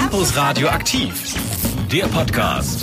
Campus Radio aktiv, der Podcast.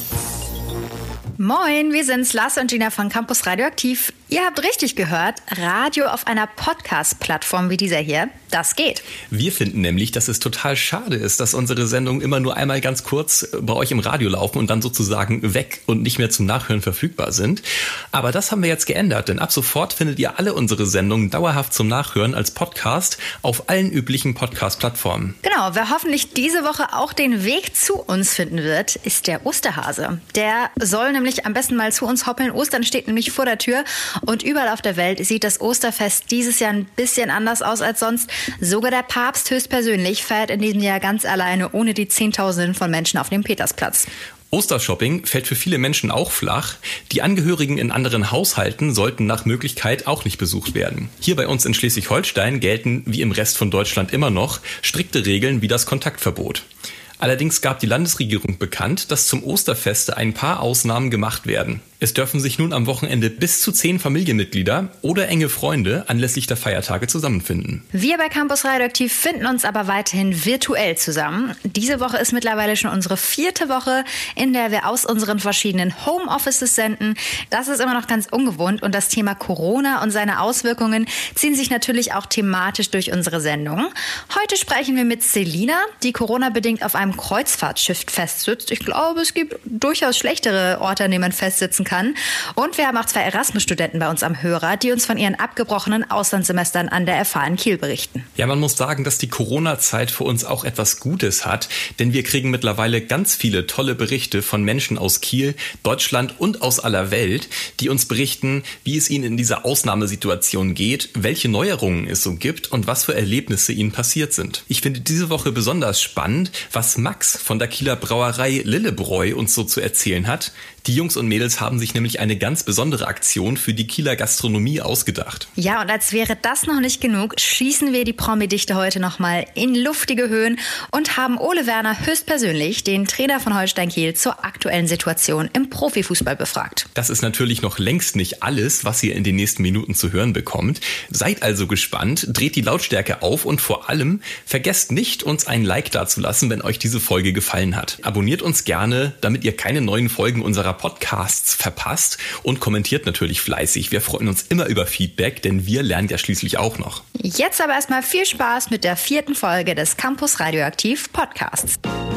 Moin, wir sind's, Lasse und Gina von Campus Radioaktiv. Ihr habt richtig gehört, Radio auf einer Podcast-Plattform wie dieser hier, das geht. Wir finden nämlich, dass es total schade ist, dass unsere Sendungen immer nur einmal ganz kurz bei euch im Radio laufen und dann sozusagen weg und nicht mehr zum Nachhören verfügbar sind. Aber das haben wir jetzt geändert, denn ab sofort findet ihr alle unsere Sendungen dauerhaft zum Nachhören als Podcast auf allen üblichen Podcast-Plattformen. Genau, wer hoffentlich diese Woche auch den Weg zu uns finden wird, ist der Osterhase. Der soll nämlich am besten mal zu uns hoppeln. Ostern steht nämlich vor der Tür und überall auf der Welt sieht das Osterfest dieses Jahr ein bisschen anders aus als sonst. Sogar der Papst höchstpersönlich feiert in diesem Jahr ganz alleine ohne die Zehntausenden von Menschen auf dem Petersplatz. Ostershopping fällt für viele Menschen auch flach. Die Angehörigen in anderen Haushalten sollten nach Möglichkeit auch nicht besucht werden. Hier bei uns in Schleswig-Holstein gelten, wie im Rest von Deutschland immer noch, strikte Regeln wie das Kontaktverbot. Allerdings gab die Landesregierung bekannt, dass zum Osterfeste ein paar Ausnahmen gemacht werden. Es dürfen sich nun am Wochenende bis zu 10 Familienmitglieder oder enge Freunde anlässlich der Feiertage zusammenfinden. Wir bei Campus Radioaktiv finden uns aber weiterhin virtuell zusammen. Diese Woche ist mittlerweile schon unsere 4. Woche, in der wir aus unseren verschiedenen Homeoffices senden. Das ist immer noch ganz ungewohnt und das Thema Corona und seine Auswirkungen ziehen sich natürlich auch thematisch durch unsere Sendung. Heute sprechen wir mit Selina, die Corona-bedingt auf einem Kreuzfahrtschiff festsitzt. Ich glaube, es gibt durchaus schlechtere Orte, an denen man festsitzen kann. Und wir haben auch 2 Erasmus-Studenten bei uns am Hörer, die uns von ihren abgebrochenen Auslandssemestern an der FH in Kiel berichten. Ja, man muss sagen, dass die Corona-Zeit für uns auch etwas Gutes hat, denn wir kriegen mittlerweile ganz viele tolle Berichte von Menschen aus Kiel, Deutschland und aus aller Welt, die uns berichten, wie es ihnen in dieser Ausnahmesituation geht, welche Neuerungen es so gibt und was für Erlebnisse ihnen passiert sind. Ich finde diese Woche besonders spannend, was Max von der Kieler Brauerei Lillebräu uns so zu erzählen hat. Die Jungs und Mädels haben sich nämlich eine ganz besondere Aktion für die Kieler Gastronomie ausgedacht. Ja, und als wäre das noch nicht genug, schießen wir die Promi-Dichte heute nochmal in luftige Höhen und haben Ole Werner höchstpersönlich, den Trainer von Holstein Kiel, zur aktuellen Situation im Profifußball befragt. Das ist natürlich noch längst nicht alles, was ihr in den nächsten Minuten zu hören bekommt. Seid also gespannt, dreht die Lautstärke auf und vor allem vergesst nicht, uns ein Like dazulassen, wenn euch diese Folge gefallen hat. Abonniert uns gerne, damit ihr keine neuen Folgen unserer Podcasts verpasst und kommentiert natürlich fleißig. Wir freuen uns immer über Feedback, denn wir lernen ja schließlich auch noch. Jetzt aber erstmal viel Spaß mit der 4. Folge des Campus Radioaktiv Podcasts.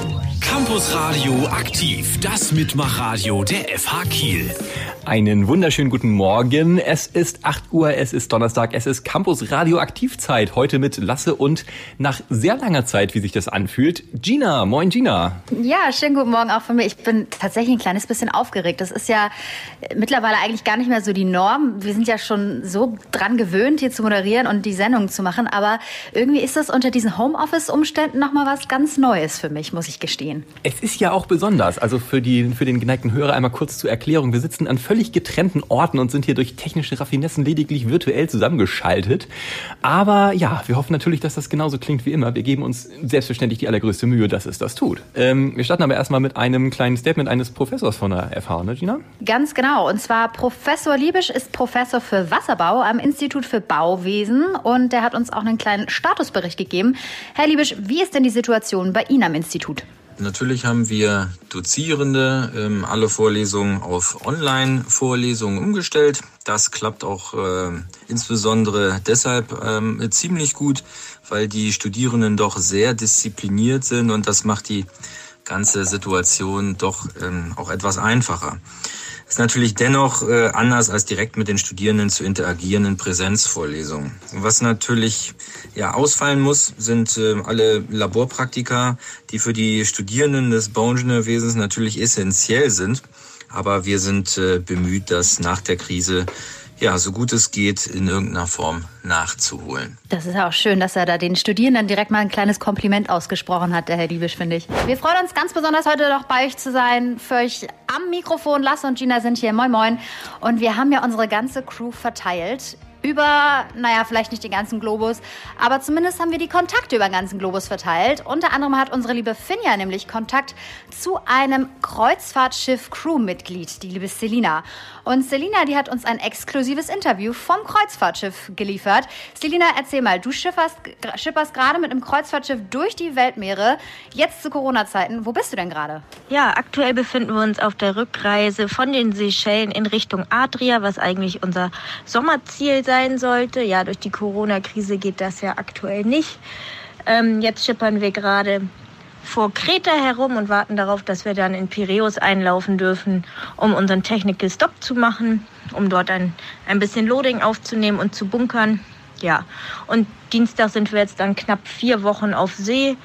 Campus Radio aktiv, das Mitmachradio der FH Kiel. Einen wunderschönen guten Morgen. Es ist 8 Uhr, es ist Donnerstag, es ist Campus Radioaktivzeit. Heute mit Lasse und nach sehr langer Zeit, wie sich das anfühlt, Gina. Moin Gina. Ja, schönen guten Morgen auch von mir. Ich bin tatsächlich ein kleines bisschen aufgeregt. Das ist ja mittlerweile eigentlich gar nicht mehr so die Norm. Wir sind ja schon so dran gewöhnt, hier zu moderieren und die Sendungen zu machen. Aber irgendwie ist das unter diesen Homeoffice-Umständen nochmal was ganz Neues für mich, muss ich gestehen. Es ist ja auch besonders, also für den geneigten Hörer einmal kurz zur Erklärung. Wir sitzen an völlig getrennten Orten und sind hier durch technische Raffinessen lediglich virtuell zusammengeschaltet. Aber ja, wir hoffen natürlich, dass das genauso klingt wie immer. Wir geben uns selbstverständlich die allergrößte Mühe, dass es das tut. Wir starten aber erstmal mit einem kleinen Statement eines Professors von der FH, ne Gina? Ganz genau. Und zwar Professor Liebisch ist Professor für Wasserbau am Institut für Bauwesen und der hat uns auch einen kleinen Statusbericht gegeben. Herr Liebisch, wie ist denn die Situation bei Ihnen am Institut? Natürlich haben wir Dozierende alle Vorlesungen auf Online-Vorlesungen umgestellt. Das klappt auch insbesondere deshalb ziemlich gut, weil die Studierenden doch sehr diszipliniert sind und das macht die ganze Situation doch auch etwas einfacher. Ist natürlich dennoch anders als direkt mit den Studierenden zu interagieren in Präsenzvorlesungen. Was natürlich ausfallen muss, sind alle Laborpraktika, die für die Studierenden des Bauingenieurwesens natürlich essentiell sind. Aber wir sind bemüht, das nach der Krise so gut es geht, in irgendeiner Form nachzuholen. Das ist auch schön, dass er da den Studierenden direkt mal ein kleines Kompliment ausgesprochen hat, der Herr Liebisch, finde ich. Wir freuen uns ganz besonders, heute noch bei euch zu sein. Für euch am Mikrofon, Lasse und Gina sind hier. Moin, moin. Und wir haben ja unsere ganze Crew verteilt über, vielleicht nicht den ganzen Globus, aber zumindest haben wir die Kontakte über den ganzen Globus verteilt. Unter anderem hat unsere liebe Finja nämlich Kontakt zu einem Kreuzfahrtschiff-Crew-Mitglied, die liebe Selina. Und Selina, die hat uns ein exklusives Interview vom Kreuzfahrtschiff geliefert. Selina, erzähl mal, du schipperst gerade mit einem Kreuzfahrtschiff durch die Weltmeere, jetzt zu Corona-Zeiten. Wo bist du denn gerade? Ja, aktuell befinden wir uns auf der Rückreise von den Seychellen in Richtung Adria, was eigentlich unser Sommerziel sein sollte. Ja, durch die Corona-Krise geht das ja aktuell nicht. Jetzt schippern wir gerade vor Kreta herum und warten darauf, dass wir dann in Piräus einlaufen dürfen, um unseren Technical Stop zu machen, um dort ein bisschen Loading aufzunehmen und zu bunkern. Ja, und Dienstag sind wir jetzt dann knapp 4 Wochen auf See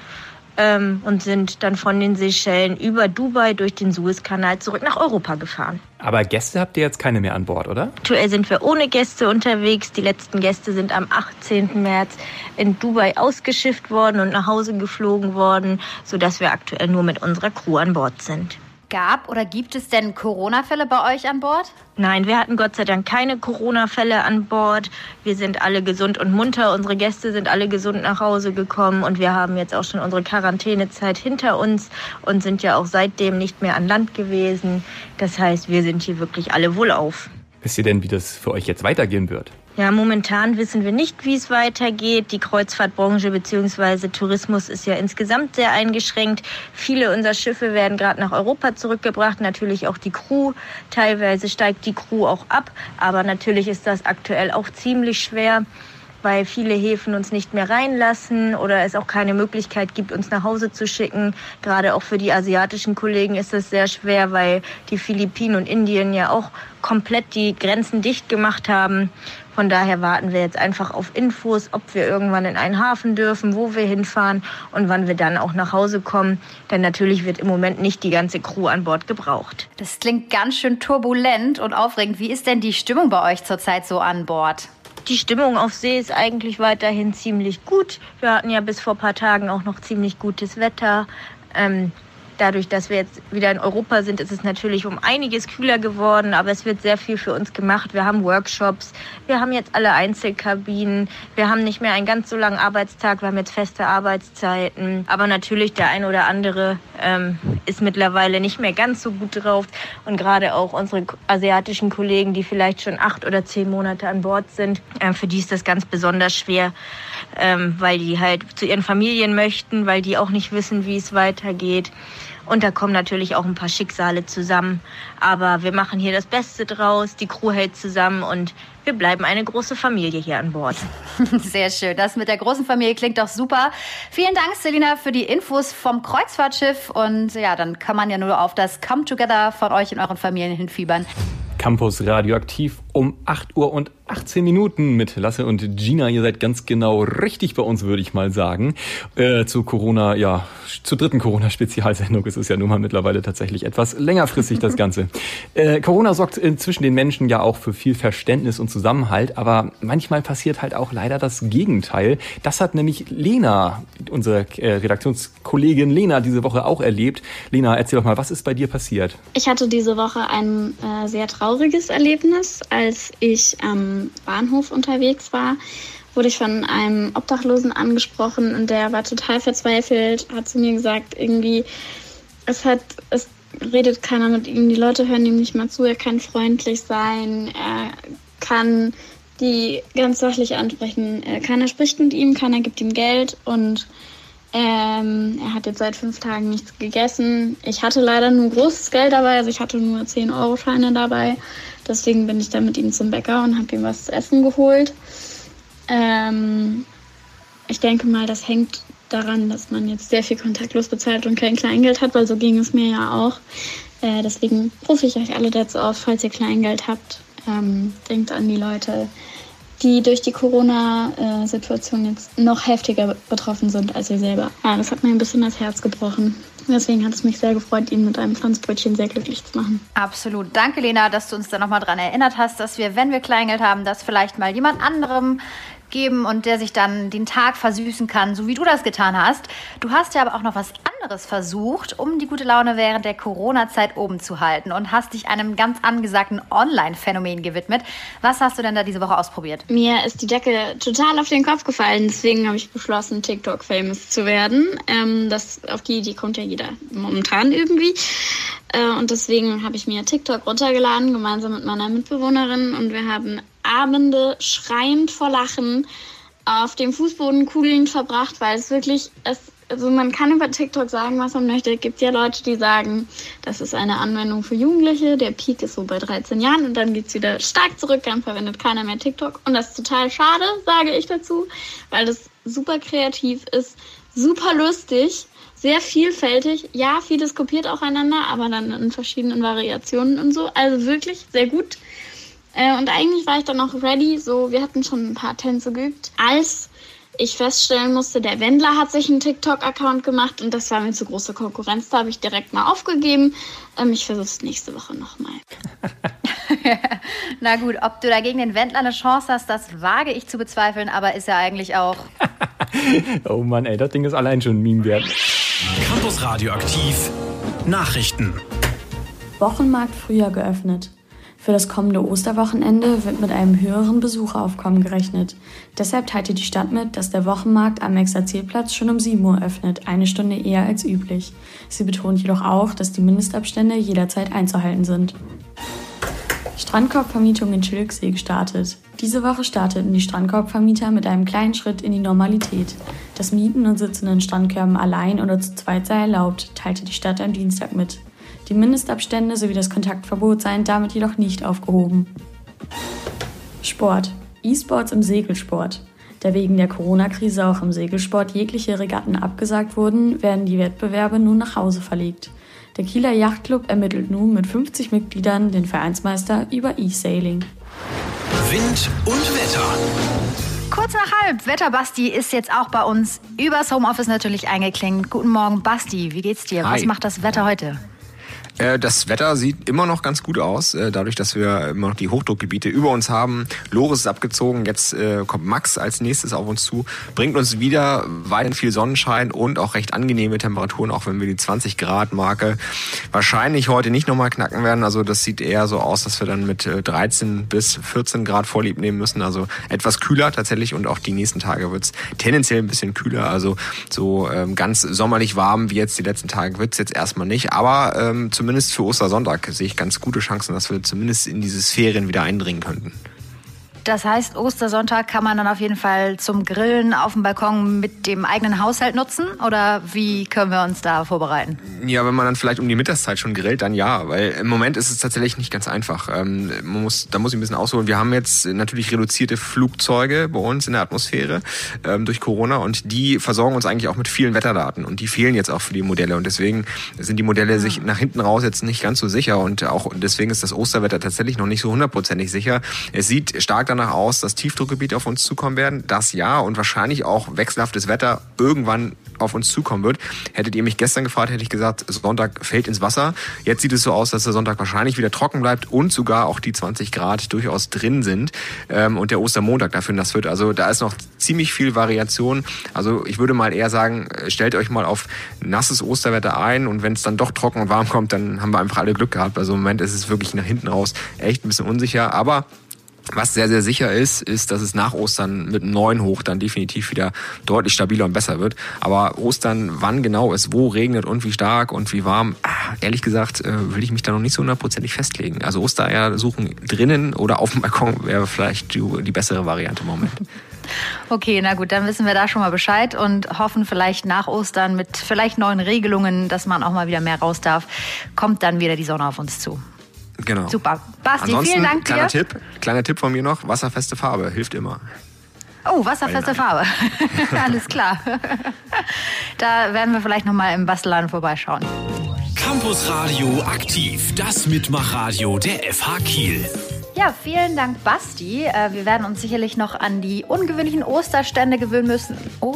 und sind dann von den Seychellen über Dubai durch den Suezkanal zurück nach Europa gefahren. Aber Gäste habt ihr jetzt keine mehr an Bord, oder? Aktuell sind wir ohne Gäste unterwegs. Die letzten Gäste sind am 18. März in Dubai ausgeschifft worden und nach Hause geflogen worden, sodass wir aktuell nur mit unserer Crew an Bord sind. Gab oder gibt es denn Corona-Fälle bei euch an Bord? Nein, wir hatten Gott sei Dank keine Corona-Fälle an Bord. Wir sind alle gesund und munter. Unsere Gäste sind alle gesund nach Hause gekommen und wir haben jetzt auch schon unsere Quarantänezeit hinter uns und sind ja auch seitdem nicht mehr an Land gewesen. Das heißt, wir sind hier wirklich alle wohlauf. Wisst ihr denn, wie das für euch jetzt weitergehen wird? Ja, momentan wissen wir nicht, wie es weitergeht. Die Kreuzfahrtbranche bzw. Tourismus ist ja insgesamt sehr eingeschränkt. Viele unserer Schiffe werden gerade nach Europa zurückgebracht, natürlich auch die Crew. Teilweise steigt die Crew auch ab, aber natürlich ist das aktuell auch ziemlich schwer, weil viele Häfen uns nicht mehr reinlassen oder es auch keine Möglichkeit gibt, uns nach Hause zu schicken. Gerade auch für die asiatischen Kollegen ist es sehr schwer, weil die Philippinen und Indien ja auch komplett die Grenzen dicht gemacht haben. Von daher warten wir jetzt einfach auf Infos, ob wir irgendwann in einen Hafen dürfen, wo wir hinfahren und wann wir dann auch nach Hause kommen. Denn natürlich wird im Moment nicht die ganze Crew an Bord gebraucht. Das klingt ganz schön turbulent und aufregend. Wie ist denn die Stimmung bei euch zurzeit so an Bord? Die Stimmung auf See ist eigentlich weiterhin ziemlich gut. Wir hatten ja bis vor ein paar Tagen auch noch ziemlich gutes Wetter. Dadurch, dass wir jetzt wieder in Europa sind, ist es natürlich um einiges kühler geworden, aber es wird sehr viel für uns gemacht. Wir haben Workshops, wir haben jetzt alle Einzelkabinen, wir haben nicht mehr einen ganz so langen Arbeitstag, wir haben jetzt feste Arbeitszeiten. Aber natürlich der ein oder andere ist mittlerweile nicht mehr ganz so gut drauf. Und gerade auch unsere asiatischen Kollegen, die vielleicht schon 8 oder 10 Monate an Bord sind, für die ist das ganz besonders schwer, weil die halt zu ihren Familien möchten, weil die auch nicht wissen, wie es weitergeht. Und da kommen natürlich auch ein paar Schicksale zusammen. Aber wir machen hier das Beste draus, die Crew hält zusammen und wir bleiben eine große Familie hier an Bord. Sehr schön, das mit der großen Familie klingt doch super. Vielen Dank, Selina, für die Infos vom Kreuzfahrtschiff. Und ja, dann kann man ja nur auf das Come Together von euch und euren Familien hinfiebern. Campus Radioaktiv um 8 Uhr und 18 Minuten mit Lasse und Gina. Ihr seid ganz genau richtig bei uns, würde ich mal sagen. Zur dritten Corona-Spezialsendung. Es ist ja nun mal mittlerweile tatsächlich etwas längerfristig, das Ganze. Corona sorgt zwischen den Menschen ja auch für viel Verständnis und Zusammenhalt, aber manchmal passiert halt auch leider das Gegenteil. Das hat nämlich Lena, unsere Redaktionskollegin Lena, diese Woche auch erlebt. Lena, erzähl doch mal, was ist bei dir passiert? Ich hatte diese Woche ein sehr trauriges Erlebnis. Als ich am Bahnhof unterwegs war, wurde ich von einem Obdachlosen angesprochen und der war total verzweifelt, hat zu mir gesagt, irgendwie, es redet keiner mit ihm, die Leute hören ihm nicht mal zu, er kann freundlich sein, er kann die ganz sachlich ansprechen, keiner spricht mit ihm, keiner gibt ihm Geld und er hat jetzt seit 5 Tagen nichts gegessen. Ich hatte leider nur großes Geld dabei, also ich hatte nur 10-Euro-Scheine dabei. Deswegen bin ich dann mit ihm zum Bäcker und habe ihm was zu essen geholt. Ich denke mal, das hängt daran, dass man jetzt sehr viel kontaktlos bezahlt und kein Kleingeld hat, weil so ging es mir ja auch. Deswegen rufe ich euch alle dazu auf, falls ihr Kleingeld habt, denkt an die Leute, die durch die Corona-Situation jetzt noch heftiger betroffen sind als ihr selber. Ja, das hat mir ein bisschen das Herz gebrochen. Deswegen hat es mich sehr gefreut, ihn mit einem Franzbrötchen sehr glücklich zu machen. Absolut. Danke, Lena, dass du uns da nochmal dran erinnert hast, dass wir, wenn wir Kleingeld haben, das vielleicht mal jemand anderem geben und der sich dann den Tag versüßen kann, so wie du das getan hast. Du hast ja aber auch noch was anderes versucht, um die gute Laune während der Corona-Zeit oben zu halten und hast dich einem ganz angesagten Online-Phänomen gewidmet. Was hast du denn da diese Woche ausprobiert? Mir ist die Decke total auf den Kopf gefallen, deswegen habe ich beschlossen, TikTok-famous zu werden. Auf die Idee kommt ja jeder momentan irgendwie. Und deswegen habe ich mir TikTok runtergeladen, gemeinsam mit meiner Mitbewohnerin. Und wir haben Abende schreiend vor Lachen auf dem Fußboden kugelnd verbracht, weil es wirklich, man kann über TikTok sagen, was man möchte. Es gibt ja Leute, die sagen, das ist eine Anwendung für Jugendliche. Der Peak ist so bei 13 Jahren und dann geht es wieder stark zurück, dann verwendet keiner mehr TikTok. Und das ist total schade, sage ich dazu, weil das super kreativ ist, super lustig, sehr vielfältig. Ja, vieles kopiert aufeinander, aber dann in verschiedenen Variationen und so. Also wirklich sehr gut. Und eigentlich war ich dann auch ready. So, wir hatten schon ein paar Tänze geübt, als ich feststellen musste, der Wendler hat sich einen TikTok-Account gemacht und das war mir zu große Konkurrenz. Da habe ich direkt mal aufgegeben. Ich versuche es nächste Woche nochmal. Na gut, ob du da gegen den Wendler eine Chance hast, das wage ich zu bezweifeln, aber ist ja eigentlich auch... Oh Mann, ey, das Ding ist allein schon ein Meme wert. Campus Radioaktiv Nachrichten. Wochenmarkt früher geöffnet. Für das kommende Osterwochenende wird mit einem höheren Besucheraufkommen gerechnet. Deshalb teilte die Stadt mit, dass der Wochenmarkt am Exerzierplatz schon um 7 Uhr öffnet, eine Stunde eher als üblich. Sie betont jedoch auch, dass die Mindestabstände jederzeit einzuhalten sind. Strandkorbvermietung in Schilksee gestartet. Diese Woche starteten die Strandkorbvermieter mit einem kleinen Schritt in die Normalität. Das Mieten und Sitzen in Strandkörben allein oder zu zweit sei erlaubt, teilte die Stadt am Dienstag mit. Die Mindestabstände sowie das Kontaktverbot seien damit jedoch nicht aufgehoben. Sport. E-Sports im Segelsport. Da wegen der Corona-Krise auch im Segelsport jegliche Regatten abgesagt wurden, werden die Wettbewerbe nun nach Hause verlegt. Der Kieler Yachtclub ermittelt nun mit 50 Mitgliedern den Vereinsmeister über E-Sailing. Wind und Wetter. Kurz nach halb, Wetter-Basti ist jetzt auch bei uns übers Homeoffice natürlich eingeklingt. Guten Morgen, Basti, wie geht's dir? Hi. Was macht das Wetter heute? Das Wetter sieht immer noch ganz gut aus, dadurch, dass wir immer noch die Hochdruckgebiete über uns haben. Loris ist abgezogen, jetzt kommt Max als nächstes auf uns zu, bringt uns wieder weiterhin viel Sonnenschein und auch recht angenehme Temperaturen, auch wenn wir die 20-Grad-Marke wahrscheinlich heute nicht nochmal knacken werden. Also das sieht eher so aus, dass wir dann mit 13 bis 14 Grad Vorlieb nehmen müssen. Also etwas kühler tatsächlich und auch die nächsten Tage wird's tendenziell ein bisschen kühler. Also so ganz sommerlich warm wie jetzt die letzten Tage wird's jetzt erstmal nicht, aber zumindest für Ostersonntag sehe ich ganz gute Chancen, dass wir zumindest in diese Sphärien wieder eindringen könnten. Das heißt, Ostersonntag kann man dann auf jeden Fall zum Grillen auf dem Balkon mit dem eigenen Haushalt nutzen? Oder wie können wir uns da vorbereiten? Ja, wenn man dann vielleicht um die Mittagszeit schon grillt, dann ja. Weil im Moment ist es tatsächlich nicht ganz einfach. Da muss ich ein bisschen ausholen. Wir haben jetzt natürlich reduzierte Flugzeuge bei uns in der Atmosphäre durch Corona. Und die versorgen uns eigentlich auch mit vielen Wetterdaten. Und die fehlen jetzt auch für die Modelle. Und deswegen sind die Modelle sich nach hinten raus jetzt nicht ganz so sicher. Und auch deswegen ist das Osterwetter tatsächlich noch nicht so 100%ig sicher. Es sieht stark danach aus, dass Tiefdruckgebiete auf uns zukommen werden. Das ja, und wahrscheinlich auch wechselhaftes Wetter irgendwann auf uns zukommen wird. Hättet ihr mich gestern gefragt, hätte ich gesagt, Sonntag fällt ins Wasser. Jetzt sieht es so aus, dass der Sonntag wahrscheinlich wieder trocken bleibt und sogar auch die 20 Grad durchaus drin sind. Und der Ostermontag dafür nass wird. Also da ist noch ziemlich viel Variation. Also ich würde mal eher sagen, stellt euch mal auf nasses Osterwetter ein und wenn es dann doch trocken und warm kommt, dann haben wir einfach alle Glück gehabt. Also im Moment ist es wirklich nach hinten raus echt ein bisschen unsicher. Aber was sehr, sehr sicher ist, dass es nach Ostern mit einem neuen Hoch dann definitiv wieder deutlich stabiler und besser wird. Aber Ostern, wann genau es wo regnet und wie stark und wie warm, ehrlich gesagt, will ich mich da noch nicht so 100%ig festlegen. Also Ostereier suchen drinnen oder auf dem Balkon wäre vielleicht die bessere Variante im Moment. Okay, na gut, dann wissen wir da schon mal Bescheid und hoffen vielleicht nach Ostern mit vielleicht neuen Regelungen, dass man auch mal wieder mehr raus darf, kommt dann wieder die Sonne auf uns zu. Genau. Super. Basti, ansonsten, vielen Dank dir. Kleiner Tipp von mir noch, wasserfeste Farbe, hilft immer. Oh, wasserfeste Farbe. Alles klar. Da werden wir vielleicht nochmal im Bastelladen vorbeischauen. Campus Radio aktiv, das Mitmachradio der FH Kiel. Ja, vielen Dank, Basti. Wir werden uns sicherlich noch an die ungewöhnlichen Osterumstände gewöhnen müssen. Auch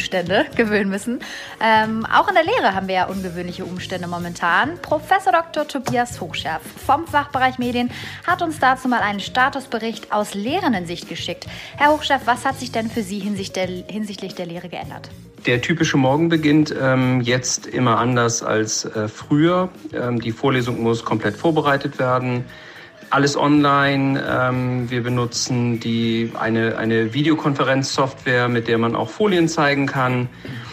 in der Lehre haben wir ja ungewöhnliche Umstände momentan. Professor Dr. Tobias Hochscherf vom Fachbereich Medien hat uns dazu mal einen Statusbericht aus Lehrerinnensicht geschickt. Herr Hochscherf, was hat sich denn für Sie hinsichtlich der Lehre geändert? Der typische Morgen beginnt jetzt immer anders als früher. Die Vorlesung muss komplett vorbereitet werden. Alles online. Wir benutzen eine Videokonferenzsoftware, mit der man auch Folien zeigen kann.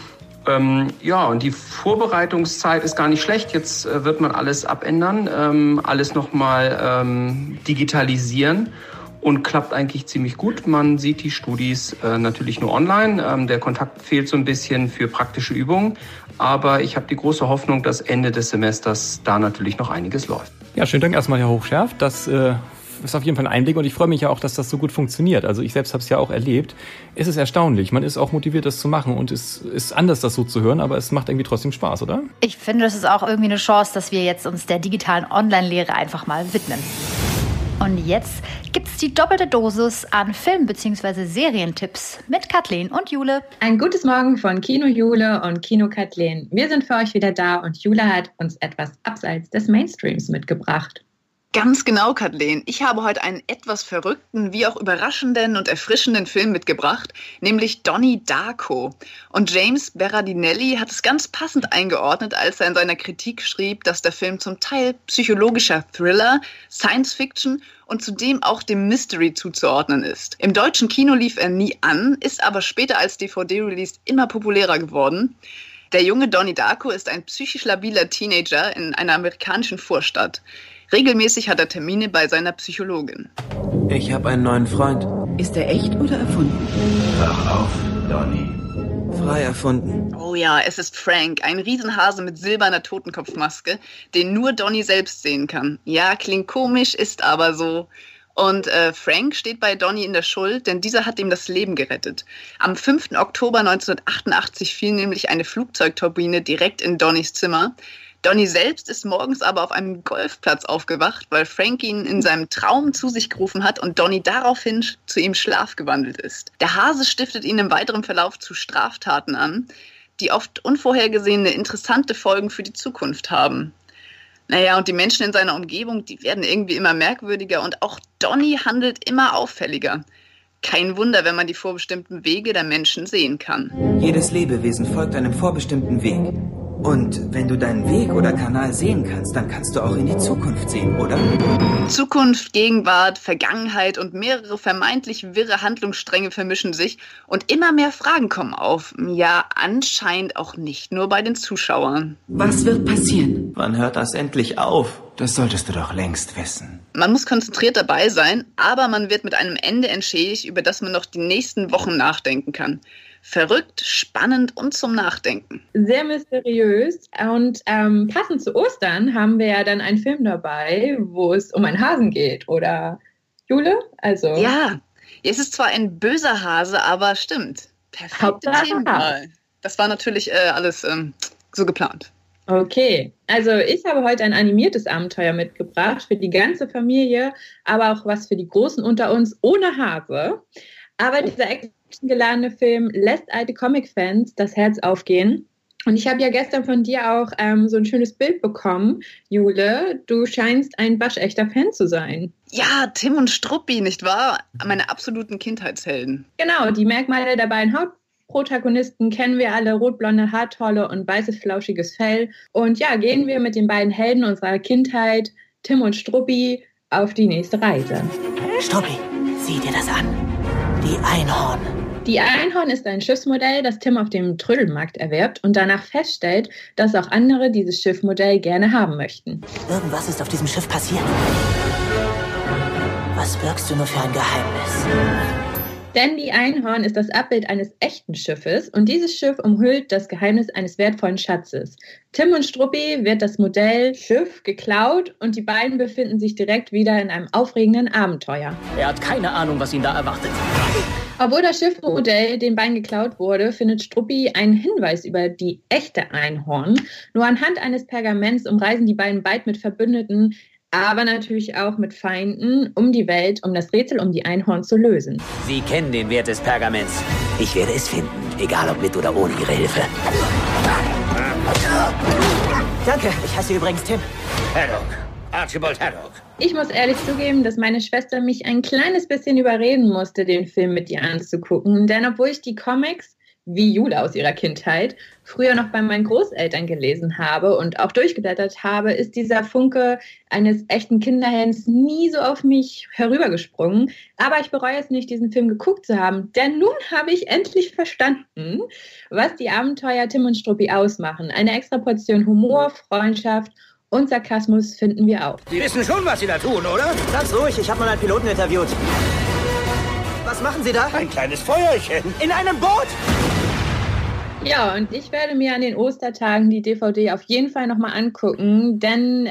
Und die Vorbereitungszeit ist gar nicht schlecht. Jetzt wird man alles abändern, alles nochmal digitalisieren. Und klappt eigentlich ziemlich gut. Man sieht die Studis natürlich nur online. Der Kontakt fehlt so ein bisschen für praktische Übungen. Aber ich habe die große Hoffnung, dass Ende des Semesters da natürlich noch einiges läuft. Ja, schönen Dank erstmal, Herr Hochscherf. Das ist auf jeden Fall ein Einblick und ich freue mich ja auch, dass das so gut funktioniert. Also ich selbst habe es ja auch erlebt. Es ist erstaunlich. Man ist auch motiviert, das zu machen und es ist anders, das so zu hören, aber es macht irgendwie trotzdem Spaß, oder? Ich finde, das ist auch irgendwie eine Chance, dass wir jetzt uns der digitalen Online-Lehre einfach mal widmen. Und jetzt gibt's die doppelte Dosis an Film- bzw. Serientipps mit Kathleen und Jule. Ein gutes Morgen von Kino Jule und Kino Kathleen. Wir sind für euch wieder da und Jule hat uns etwas abseits des Mainstreams mitgebracht. Ganz genau, Kathleen. Ich habe heute einen etwas verrückten, wie auch überraschenden und erfrischenden Film mitgebracht, nämlich Donnie Darko. Und James Berardinelli hat es ganz passend eingeordnet, als er in seiner Kritik schrieb, dass der Film zum Teil psychologischer Thriller, Science-Fiction und zudem auch dem Mystery zuzuordnen ist. Im deutschen Kino lief er nie an, ist aber später als DVD-Release immer populärer geworden. Der junge Donnie Darko ist ein psychisch labiler Teenager in einer amerikanischen Vorstadt. Regelmäßig hat er Termine bei seiner Psychologin. Ich habe einen neuen Freund. Ist er echt oder erfunden? Wach auf, Donnie. Frei erfunden. Oh ja, es ist Frank, ein Riesenhase mit silberner Totenkopfmaske, den nur Donnie selbst sehen kann. Ja, klingt komisch, ist aber so. Und Frank steht bei Donnie in der Schuld, denn dieser hat ihm das Leben gerettet. Am 5. Oktober 1988 fiel nämlich eine Flugzeugturbine direkt in Donnies Zimmer. Donnie selbst ist morgens aber auf einem Golfplatz aufgewacht, weil Frank ihn in seinem Traum zu sich gerufen hat und Donnie daraufhin zu ihm schlafgewandelt ist. Der Hase stiftet ihn im weiteren Verlauf zu Straftaten an, die oft unvorhergesehene interessante Folgen für die Zukunft haben. Naja, und die Menschen in seiner Umgebung, die werden irgendwie immer merkwürdiger und auch Donnie handelt immer auffälliger. Kein Wunder, wenn man die vorbestimmten Wege der Menschen sehen kann. Jedes Lebewesen folgt einem vorbestimmten Weg. Und wenn du deinen Weg oder Kanal sehen kannst, dann kannst du auch in die Zukunft sehen, oder? Zukunft, Gegenwart, Vergangenheit und mehrere vermeintlich wirre Handlungsstränge vermischen sich und immer mehr Fragen kommen auf. Ja, anscheinend auch nicht nur bei den Zuschauern. Was wird passieren? Wann hört das endlich auf? Das solltest du doch längst wissen. Man muss konzentriert dabei sein, aber man wird mit einem Ende entschädigt, über das man noch die nächsten Wochen nachdenken kann. Verrückt, spannend und zum Nachdenken. Sehr mysteriös und passend zu Ostern haben wir ja dann einen Film dabei, wo es um einen Hasen geht, oder Jule? Also ja, es ist zwar ein böser Hase, aber stimmt. Perfekte Themenwahl. Das war natürlich alles so geplant. Okay, also ich habe heute ein animiertes Abenteuer mitgebracht für die ganze Familie, aber auch was für die Großen unter uns ohne Hase. Aber dieser actiongeladene Film lässt alte Comic-Fans das Herz aufgehen. Und ich habe ja gestern von dir auch so ein schönes Bild bekommen, Jule. Du scheinst ein waschechter Fan zu sein. Ja, Tim und Struppi, nicht wahr? Meine absoluten Kindheitshelden. Genau, die Merkmale der beiden Hauptprotagonisten kennen wir alle. Rotblonde Haartolle und weißes, flauschiges Fell. Und ja, gehen wir mit den beiden Helden unserer Kindheit, Tim und Struppi, auf die nächste Reise. Struppi, sieh dir das an. Die Einhorn. Die Einhorn ist ein Schiffsmodell, das Tim auf dem Trödelmarkt erwirbt und danach feststellt, dass auch andere dieses Schiffsmodell gerne haben möchten. Irgendwas ist auf diesem Schiff passiert. Was birgst du nur für ein Geheimnis? Denn die Einhorn ist das Abbild eines echten Schiffes und dieses Schiff umhüllt das Geheimnis eines wertvollen Schatzes. Tim und Struppi wird das Modell Schiff geklaut und die beiden befinden sich direkt wieder in einem aufregenden Abenteuer. Er hat keine Ahnung, was ihn da erwartet. Obwohl das Schiffsmodell den beiden geklaut wurde, findet Struppi einen Hinweis über die echte Einhorn. Nur anhand eines Pergaments umreisen die beiden bald mit Verbündeten aber natürlich auch mit Feinden um die Welt, um das Rätsel um die Einhorn zu lösen. Sie kennen den Wert des Pergaments. Ich werde es finden, egal ob mit oder ohne Ihre Hilfe. Danke, ich heiße übrigens Tim. Haddock. Archibald Haddock. Ich muss ehrlich zugeben, dass meine Schwester mich ein kleines bisschen überreden musste, den Film mit ihr anzugucken. Denn obwohl ich die Comics, wie Jule aus ihrer Kindheit, früher noch bei meinen Großeltern gelesen habe und auch durchgeblättert habe, ist dieser Funke eines echten Kinderheldens nie so auf mich herübergesprungen. Aber ich bereue es nicht, diesen Film geguckt zu haben, denn nun habe ich endlich verstanden, was die Abenteuer Tim und Struppi ausmachen. Eine extra Portion Humor, Freundschaft und Sarkasmus finden wir auch. Sie wissen schon, was Sie da tun, oder? Ganz ruhig, ich habe mal einen Piloten interviewt. Was machen Sie da? Ein kleines Feuerchen. In einem Boot! Ja, und ich werde mir an den Ostertagen die DVD auf jeden Fall nochmal angucken, denn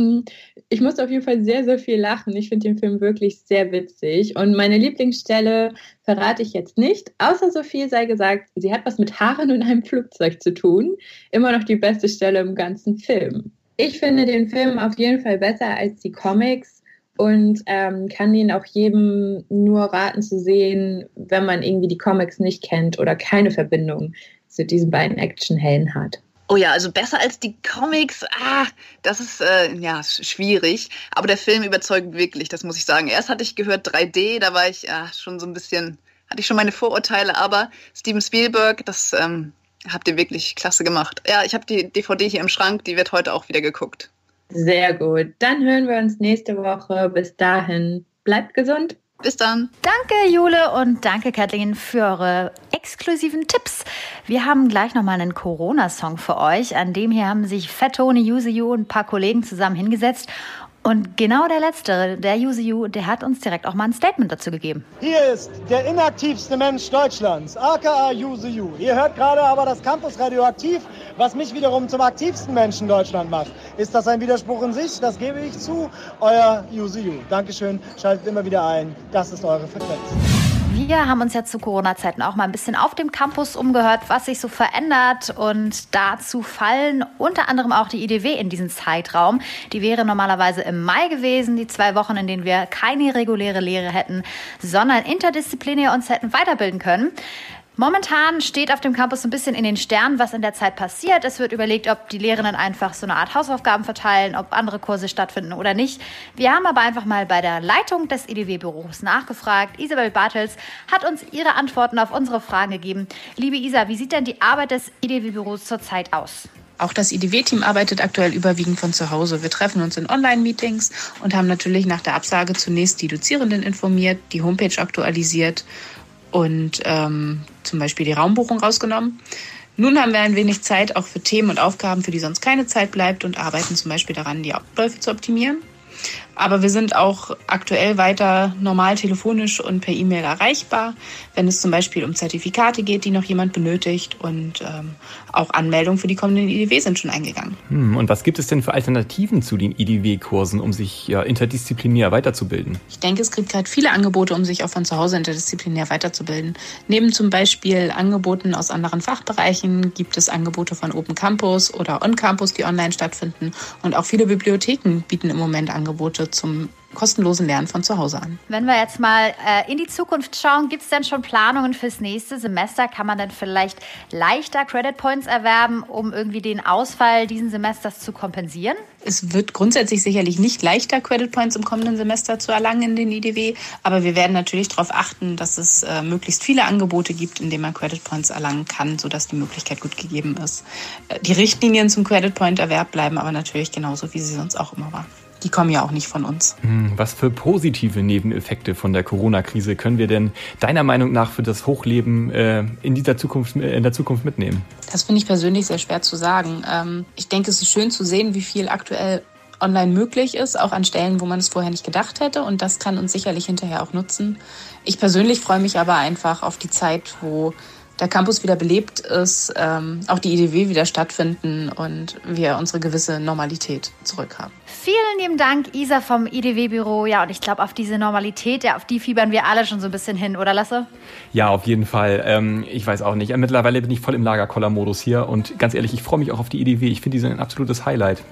ich musste auf jeden Fall sehr, sehr viel lachen. Ich finde den Film wirklich sehr witzig. Und meine Lieblingsstelle verrate ich jetzt nicht, außer so viel sei gesagt, sie hat was mit Haaren und einem Flugzeug zu tun. Immer noch die beste Stelle im ganzen Film. Ich finde den Film auf jeden Fall besser als die Comics und kann ihn auch jedem nur raten zu sehen, wenn man irgendwie die Comics nicht kennt oder keine Verbindung zu diesen beiden Actionhelden hat. Oh ja, also besser als die Comics, das ist schwierig. Aber der Film überzeugt wirklich, das muss ich sagen. Erst hatte ich gehört 3D, da war ich schon so ein bisschen, hatte ich schon meine Vorurteile. Aber Steven Spielberg, das habt ihr wirklich klasse gemacht. Ja, ich habe die DVD hier im Schrank, die wird heute auch wieder geguckt. Sehr gut. Dann hören wir uns nächste Woche. Bis dahin, bleibt gesund. Bis dann. Danke, Jule, und danke, Kathleen, für eure exklusiven Tipps. Wir haben gleich nochmal einen Corona-Song für euch. An dem hier haben sich Fat Tony, Use You und ein paar Kollegen zusammen hingesetzt. Und genau der Letztere, der Use You, der hat uns direkt auch mal ein Statement dazu gegeben. Hier ist der inaktivste Mensch Deutschlands, aka Use You. Ihr hört gerade aber das Campus Radioaktiv, was mich wiederum zum aktivsten Menschen Deutschland macht. Ist das ein Widerspruch in sich? Das gebe ich zu. Euer Use You. Dankeschön, schaltet immer wieder ein. Das ist eure Frequenz. Wir haben uns ja zu Corona-Zeiten auch mal ein bisschen auf dem Campus umgehört, was sich so verändert. Und dazu fallen unter anderem auch die IDW in diesen Zeitraum. Die wäre normalerweise im Mai gewesen, die 2 Wochen, in denen wir keine reguläre Lehre hätten, sondern interdisziplinär uns hätten weiterbilden können. Momentan steht auf dem Campus ein bisschen in den Sternen, was in der Zeit passiert. Es wird überlegt, ob die Lehrenden einfach so eine Art Hausaufgaben verteilen, ob andere Kurse stattfinden oder nicht. Wir haben aber einfach mal bei der Leitung des IDW-Büros nachgefragt. Isabel Bartels hat uns ihre Antworten auf unsere Fragen gegeben. Liebe Isa, wie sieht denn die Arbeit des IDW-Büros zurzeit aus? Auch das IDW-Team arbeitet aktuell überwiegend von zu Hause. Wir treffen uns in Online-Meetings und haben natürlich nach der Absage zunächst die Dozierenden informiert, die Homepage aktualisiert und zum Beispiel die Raumbuchung rausgenommen. Nun haben wir ein wenig Zeit auch für Themen und Aufgaben, für die sonst keine Zeit bleibt, und arbeiten zum Beispiel daran, die Abläufe zu optimieren. Aber wir sind auch aktuell weiter normal telefonisch und per E-Mail erreichbar, wenn es zum Beispiel um Zertifikate geht, die noch jemand benötigt, und auch Anmeldungen für die kommenden IDW sind schon eingegangen. Und was gibt es denn für Alternativen zu den IDW-Kursen, um sich interdisziplinär weiterzubilden? Ich denke, es gibt gerade viele Angebote, um sich auch von zu Hause interdisziplinär weiterzubilden. Neben zum Beispiel Angeboten aus anderen Fachbereichen gibt es Angebote von Open Campus oder On Campus, die online stattfinden. Und auch viele Bibliotheken bieten im Moment Angebote zum kostenlosen Lernen von zu Hause an. Wenn wir jetzt mal in die Zukunft schauen, gibt es denn schon Planungen fürs nächste Semester? Kann man denn vielleicht leichter Credit Points erwerben, um irgendwie den Ausfall diesen Semesters zu kompensieren? Es wird grundsätzlich sicherlich nicht leichter, Credit Points im kommenden Semester zu erlangen in den IDW, aber wir werden natürlich darauf achten, dass es möglichst viele Angebote gibt, in denen man Credit Points erlangen kann, sodass die Möglichkeit gut gegeben ist. Die Richtlinien zum Credit Point Erwerb bleiben aber natürlich genauso, wie sie sonst auch immer waren. Die kommen ja auch nicht von uns. Was für positive Nebeneffekte von der Corona-Krise können wir denn deiner Meinung nach für das Hochleben in der Zukunft mitnehmen? Das finde ich persönlich sehr schwer zu sagen. Ich denke, es ist schön zu sehen, wie viel aktuell online möglich ist, auch an Stellen, wo man es vorher nicht gedacht hätte. Und das kann uns sicherlich hinterher auch nutzen. Ich persönlich freue mich aber einfach auf die Zeit, wo der Campus wieder belebt ist, auch die IDW wieder stattfinden und wir unsere gewisse Normalität zurückhaben. Vielen lieben Dank, Isa vom IDW-Büro. Ja, und ich glaube, auf diese Normalität, auf die fiebern wir alle schon so ein bisschen hin, oder Lasse? Ja, auf jeden Fall. Ich weiß auch nicht. Mittlerweile bin ich voll im Lagerkoller-Modus hier und ganz ehrlich, ich freue mich auch auf die IDW. Ich finde, die sind ein absolutes Highlight.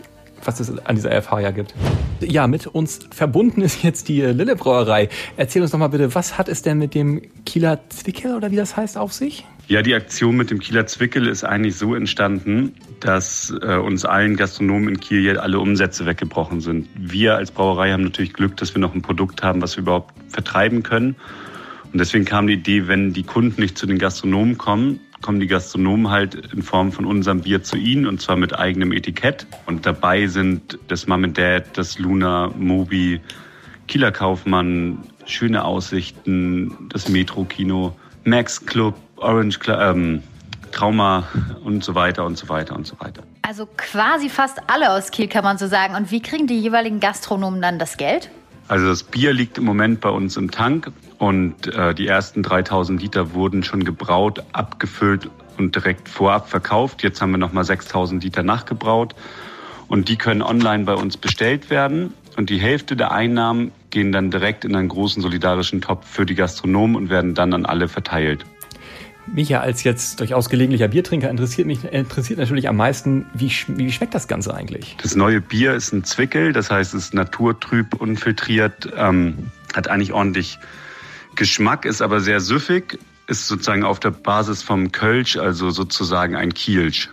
was es an dieser FH ja gibt. Ja, mit uns verbunden ist jetzt die Lille Brauerei. Erzähl uns doch mal bitte, was hat es denn mit dem Kieler Zwickel oder wie das heißt auf sich? Ja, die Aktion mit dem Kieler Zwickel ist eigentlich so entstanden, dass uns allen Gastronomen in Kiel jetzt alle Umsätze weggebrochen sind. Wir als Brauerei haben natürlich Glück, dass wir noch ein Produkt haben, was wir überhaupt vertreiben können. Und deswegen kam die Idee, wenn die Kunden nicht zu den Gastronomen kommen, kommen die Gastronomen halt in Form von unserem Bier zu ihnen, und zwar mit eigenem Etikett. Und dabei sind das Mom and Dad, das Luna, Moby, Kieler Kaufmann, Schöne Aussichten, das Metro-Kino, Max Club, Orange Club, Trauma und so weiter und so weiter und so weiter. Also quasi fast alle aus Kiel, kann man so sagen. Und wie kriegen die jeweiligen Gastronomen dann das Geld? Also das Bier liegt im Moment bei uns im Tank und die ersten 3000 Liter wurden schon gebraut, abgefüllt und direkt vorab verkauft. Jetzt haben wir nochmal 6000 Liter nachgebraut und die können online bei uns bestellt werden. Und die Hälfte der Einnahmen gehen dann direkt in einen großen solidarischen Topf für die Gastronomen und werden dann an alle verteilt. Mich ja als jetzt durchaus gelegentlicher Biertrinker interessiert natürlich am meisten, wie schmeckt das Ganze eigentlich? Das neue Bier ist ein Zwickel, das heißt, es ist naturtrüb, unfiltriert, hat eigentlich ordentlich Geschmack, ist aber sehr süffig, ist sozusagen auf der Basis vom Kölsch, also sozusagen ein Kielsch.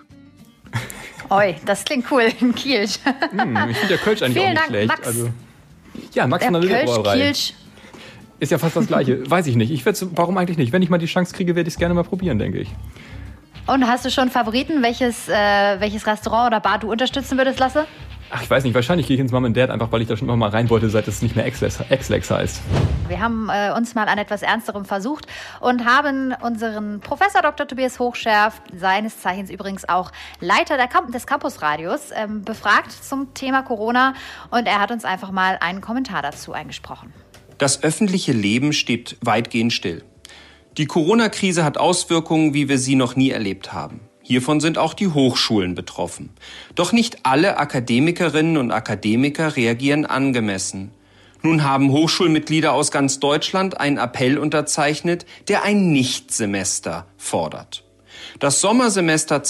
Oi, das klingt cool, ein Kielsch. Ich finde der Kölsch eigentlich auch nicht schlecht. Max. Also, ja, Max von der Lille Brauerei. Kielsch. Ist ja fast das Gleiche. Weiß ich nicht. Warum eigentlich nicht? Wenn ich mal die Chance kriege, werde ich es gerne mal probieren, denke ich. Und hast du schon Favoriten, welches Restaurant oder Bar du unterstützen würdest, Lasse? Ach, ich weiß nicht. Wahrscheinlich gehe ich ins Mom and Dad, einfach weil ich da schon immer mal rein wollte, seit es nicht mehr Ex-Lex heißt. Wir haben uns mal an etwas Ernsterem versucht und haben unseren Professor Dr. Tobias Hochscherf, seines Zeichens übrigens auch Leiter des Campusradios, befragt zum Thema Corona. Und er hat uns einfach mal einen Kommentar dazu eingesprochen. Das öffentliche Leben steht weitgehend still. Die Corona-Krise hat Auswirkungen, wie wir sie noch nie erlebt haben. Hiervon sind auch die Hochschulen betroffen. Doch nicht alle Akademikerinnen und Akademiker reagieren angemessen. Nun haben Hochschulmitglieder aus ganz Deutschland einen Appell unterzeichnet, der ein Nichtsemester fordert. Das Sommersemester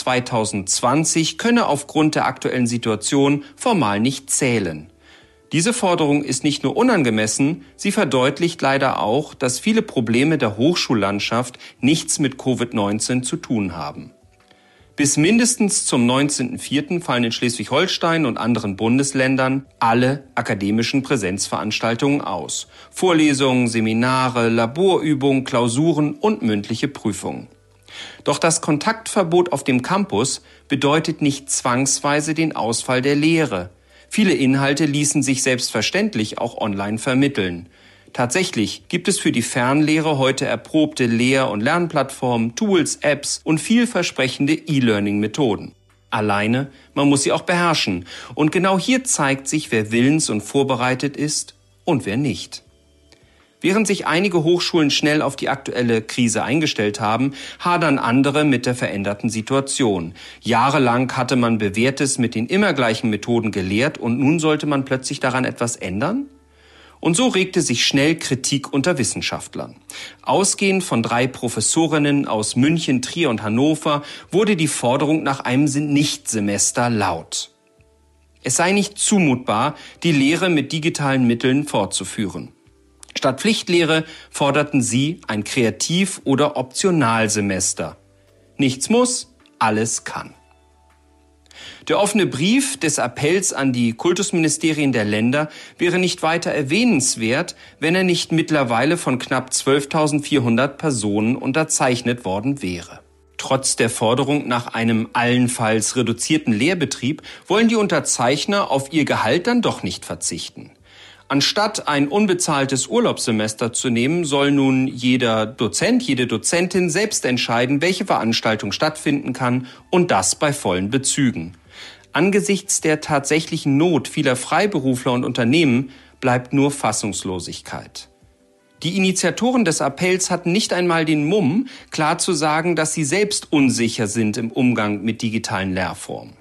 2020 könne aufgrund der aktuellen Situation formal nicht zählen. Diese Forderung ist nicht nur unangemessen, sie verdeutlicht leider auch, dass viele Probleme der Hochschullandschaft nichts mit Covid-19 zu tun haben. Bis mindestens zum 19.04. fallen in Schleswig-Holstein und anderen Bundesländern alle akademischen Präsenzveranstaltungen aus. Vorlesungen, Seminare, Laborübungen, Klausuren und mündliche Prüfungen. Doch das Kontaktverbot auf dem Campus bedeutet nicht zwangsweise den Ausfall der Lehre. Viele Inhalte ließen sich selbstverständlich auch online vermitteln. Tatsächlich gibt es für die Fernlehre heute erprobte Lehr- und Lernplattformen, Tools, Apps und vielversprechende E-Learning-Methoden. Alleine, man muss sie auch beherrschen. Und genau hier zeigt sich, wer willens und vorbereitet ist und wer nicht. Während sich einige Hochschulen schnell auf die aktuelle Krise eingestellt haben, hadern andere mit der veränderten Situation. Jahrelang hatte man Bewährtes mit den immer gleichen Methoden gelehrt und nun sollte man plötzlich daran etwas ändern? Und so regte sich schnell Kritik unter Wissenschaftlern. Ausgehend von 3 Professorinnen aus München, Trier und Hannover wurde die Forderung nach einem Nichtsemester laut. Es sei nicht zumutbar, die Lehre mit digitalen Mitteln fortzuführen. Statt Pflichtlehre forderten sie ein Kreativ- oder Optionalsemester. Nichts muss, alles kann. Der offene Brief des Appells an die Kultusministerien der Länder wäre nicht weiter erwähnenswert, wenn er nicht mittlerweile von knapp 12.400 Personen unterzeichnet worden wäre. Trotz der Forderung nach einem allenfalls reduzierten Lehrbetrieb wollen die Unterzeichner auf ihr Gehalt dann doch nicht verzichten. Anstatt ein unbezahltes Urlaubssemester zu nehmen, soll nun jeder Dozent, jede Dozentin selbst entscheiden, welche Veranstaltung stattfinden kann, und das bei vollen Bezügen. Angesichts der tatsächlichen Not vieler Freiberufler und Unternehmen bleibt nur Fassungslosigkeit. Die Initiatoren des Appells hatten nicht einmal den Mumm, klar zu sagen, dass sie selbst unsicher sind im Umgang mit digitalen Lehrformen.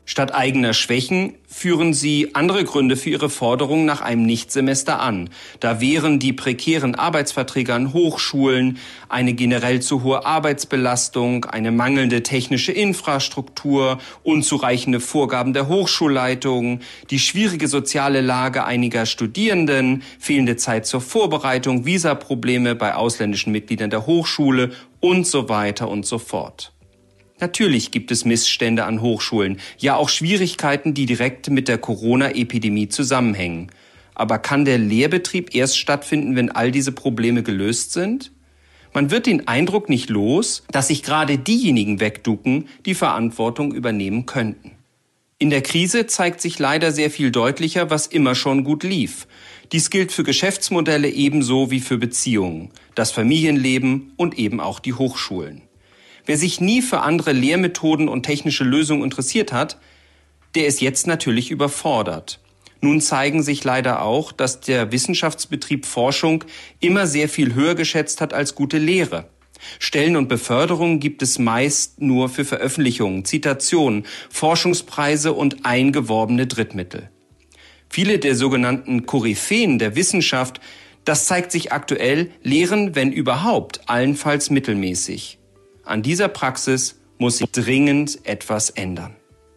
Statt eigener Schwächen führen sie andere Gründe für ihre Forderung nach einem Nichtsemester an. Da wären die prekären Arbeitsverträge an Hochschulen, eine generell zu hohe Arbeitsbelastung, eine mangelnde technische Infrastruktur, unzureichende Vorgaben der Hochschulleitung, die schwierige soziale Lage einiger Studierenden, fehlende Zeit zur Vorbereitung, Visaprobleme bei ausländischen Mitgliedern der Hochschule und so weiter und so fort. Natürlich gibt es Missstände an Hochschulen, ja auch Schwierigkeiten, die direkt mit der Corona-Epidemie zusammenhängen. Aber kann der Lehrbetrieb erst stattfinden, wenn all diese Probleme gelöst sind? Man wird den Eindruck nicht los, dass sich gerade diejenigen wegducken, die Verantwortung übernehmen könnten. In der Krise zeigt sich leider sehr viel deutlicher, was immer schon gut lief. Dies gilt für Geschäftsmodelle ebenso wie für Beziehungen, das Familienleben und eben auch die Hochschulen. Wer sich nie für andere Lehrmethoden und technische Lösungen interessiert hat, der ist jetzt natürlich überfordert. Nun zeigen sich leider auch, dass der Wissenschaftsbetrieb Forschung immer sehr viel höher geschätzt hat als gute Lehre. Stellen und Beförderungen gibt es meist nur für Veröffentlichungen, Zitationen, Forschungspreise und eingeworbene Drittmittel. Viele der sogenannten Koryphäen der Wissenschaft, das zeigt sich aktuell, lehren, wenn überhaupt, allenfalls mittelmäßig. An dieser Praxis muss sich dringend etwas ändern.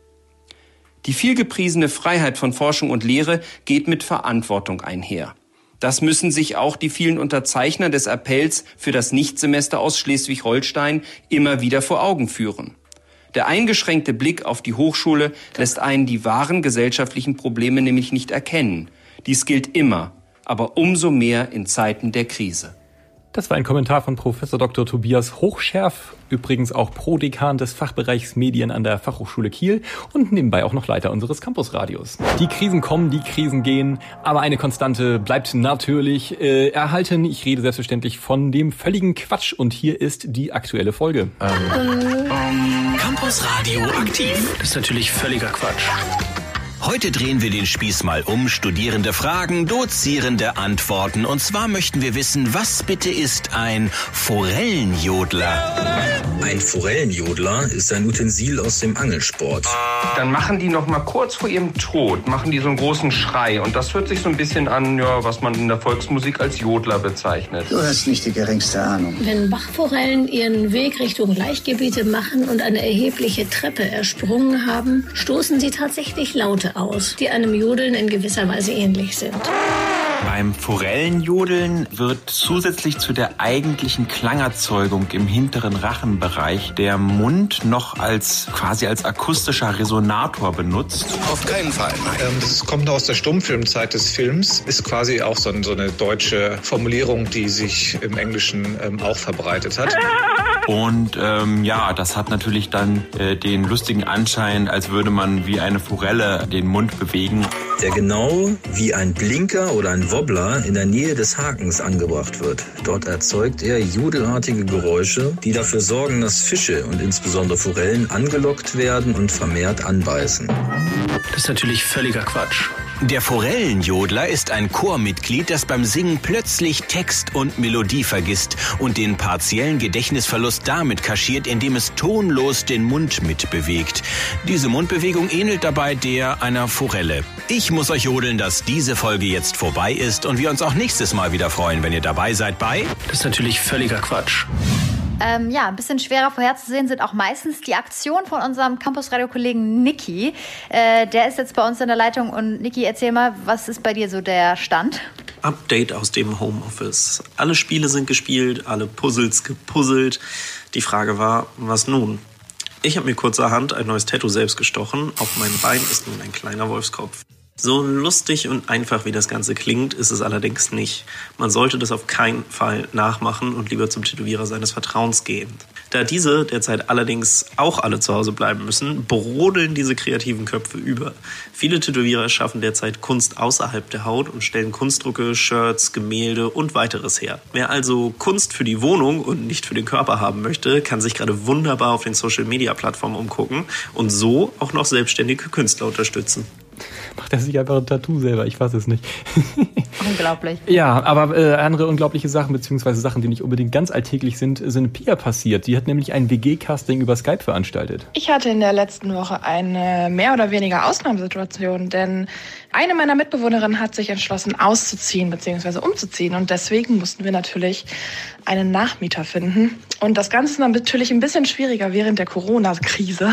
Die vielgepriesene Freiheit von Forschung und Lehre geht mit Verantwortung einher. Das müssen sich auch die vielen Unterzeichner des Appells für das Nichtsemester aus Schleswig-Holstein immer wieder vor Augen führen. Der eingeschränkte Blick auf die Hochschule lässt einen die wahren gesellschaftlichen Probleme nämlich nicht erkennen. Dies gilt immer, aber umso mehr in Zeiten der Krise. Das war ein Kommentar von Professor Dr. Tobias Hochscherf, übrigens auch Prodekan des Fachbereichs Medien an der Fachhochschule Kiel und nebenbei auch noch Leiter unseres Campusradios. Die Krisen kommen, die Krisen gehen, aber eine Konstante bleibt natürlich erhalten. Ich rede selbstverständlich von dem völligen Quatsch und hier ist die aktuelle Folge. Campus Radio aktiv. Das ist natürlich völliger Quatsch. Heute drehen wir den Spieß mal um. Studierende Fragen, Dozierende Antworten. Und zwar möchten wir wissen, was bitte ist ein Forellenjodler? Ein Forellenjodler ist ein Utensil aus dem Angelsport. Dann machen die noch mal kurz vor ihrem Tod, machen die so einen großen Schrei. Und das hört sich so ein bisschen an, ja, was man in der Volksmusik als Jodler bezeichnet. Du hast nicht die geringste Ahnung. Wenn Bachforellen ihren Weg Richtung Laichgebiete machen und eine erhebliche Treppe ersprungen haben, stoßen sie tatsächlich Laute aus, die einem Jodeln in gewisser Weise ähnlich sind. Beim Forellenjodeln wird zusätzlich zu der eigentlichen Klangerzeugung im hinteren Rachenbereich der Mund noch quasi als akustischer Resonator benutzt. Auf keinen Fall. Das kommt aus der Stummfilmzeit des Films, ist quasi auch so eine deutsche Formulierung, die sich im Englischen auch verbreitet hat. Und das hat natürlich dann den lustigen Anschein, als würde man wie eine Forelle den Mund bewegen. Der genau wie ein Blinker oder ein Wobbler in der Nähe des Hakens angebracht wird. Dort erzeugt er jodelartige Geräusche, die dafür sorgen, dass Fische und insbesondere Forellen angelockt werden und vermehrt anbeißen. Das ist natürlich völliger Quatsch. Der Forellenjodler ist ein Chormitglied, das beim Singen plötzlich Text und Melodie vergisst und den partiellen Gedächtnisverlust damit kaschiert, indem es tonlos den Mund mitbewegt. Diese Mundbewegung ähnelt dabei der einer Forelle. Ich muss euch jodeln, dass diese Folge jetzt vorbei ist und wir uns auch nächstes Mal wieder freuen, wenn ihr dabei seid bei... Das ist natürlich völliger Quatsch. Ein bisschen schwerer vorherzusehen sind auch meistens die Aktionen von unserem Campus-Radio-Kollegen Niki. Der ist jetzt bei uns in der Leitung. Und Niki, erzähl mal, was ist bei dir so der Stand? Update aus dem Homeoffice. Alle Spiele sind gespielt, alle Puzzles gepuzzelt. Die Frage war, was nun? Ich habe mir kurzerhand ein neues Tattoo selbst gestochen. Auf meinem Bein ist nun ein kleiner Wolfskopf. So lustig und einfach wie das Ganze klingt, ist es allerdings nicht. Man sollte das auf keinen Fall nachmachen und lieber zum Tätowierer seines Vertrauens gehen. Da diese derzeit allerdings auch alle zu Hause bleiben müssen, brodeln diese kreativen Köpfe über. Viele Tätowierer schaffen derzeit Kunst außerhalb der Haut und stellen Kunstdrucke, Shirts, Gemälde und weiteres her. Wer also Kunst für die Wohnung und nicht für den Körper haben möchte, kann sich gerade wunderbar auf den Social-Media-Plattformen umgucken und so auch noch selbstständige Künstler unterstützen. Macht er sich einfach ein Tattoo selber? Ich weiß es nicht. Unglaublich. Ja, aber andere unglaubliche Sachen, beziehungsweise Sachen, die nicht unbedingt ganz alltäglich sind Pia passiert. Die hat nämlich ein WG-Casting über Skype veranstaltet. Ich hatte in der letzten Woche eine mehr oder weniger Ausnahmesituation, denn eine meiner Mitbewohnerinnen hat sich entschlossen, auszuziehen bzw. umzuziehen. Und deswegen mussten wir natürlich einen Nachmieter finden. Und das Ganze ist natürlich ein bisschen schwieriger während der Corona-Krise.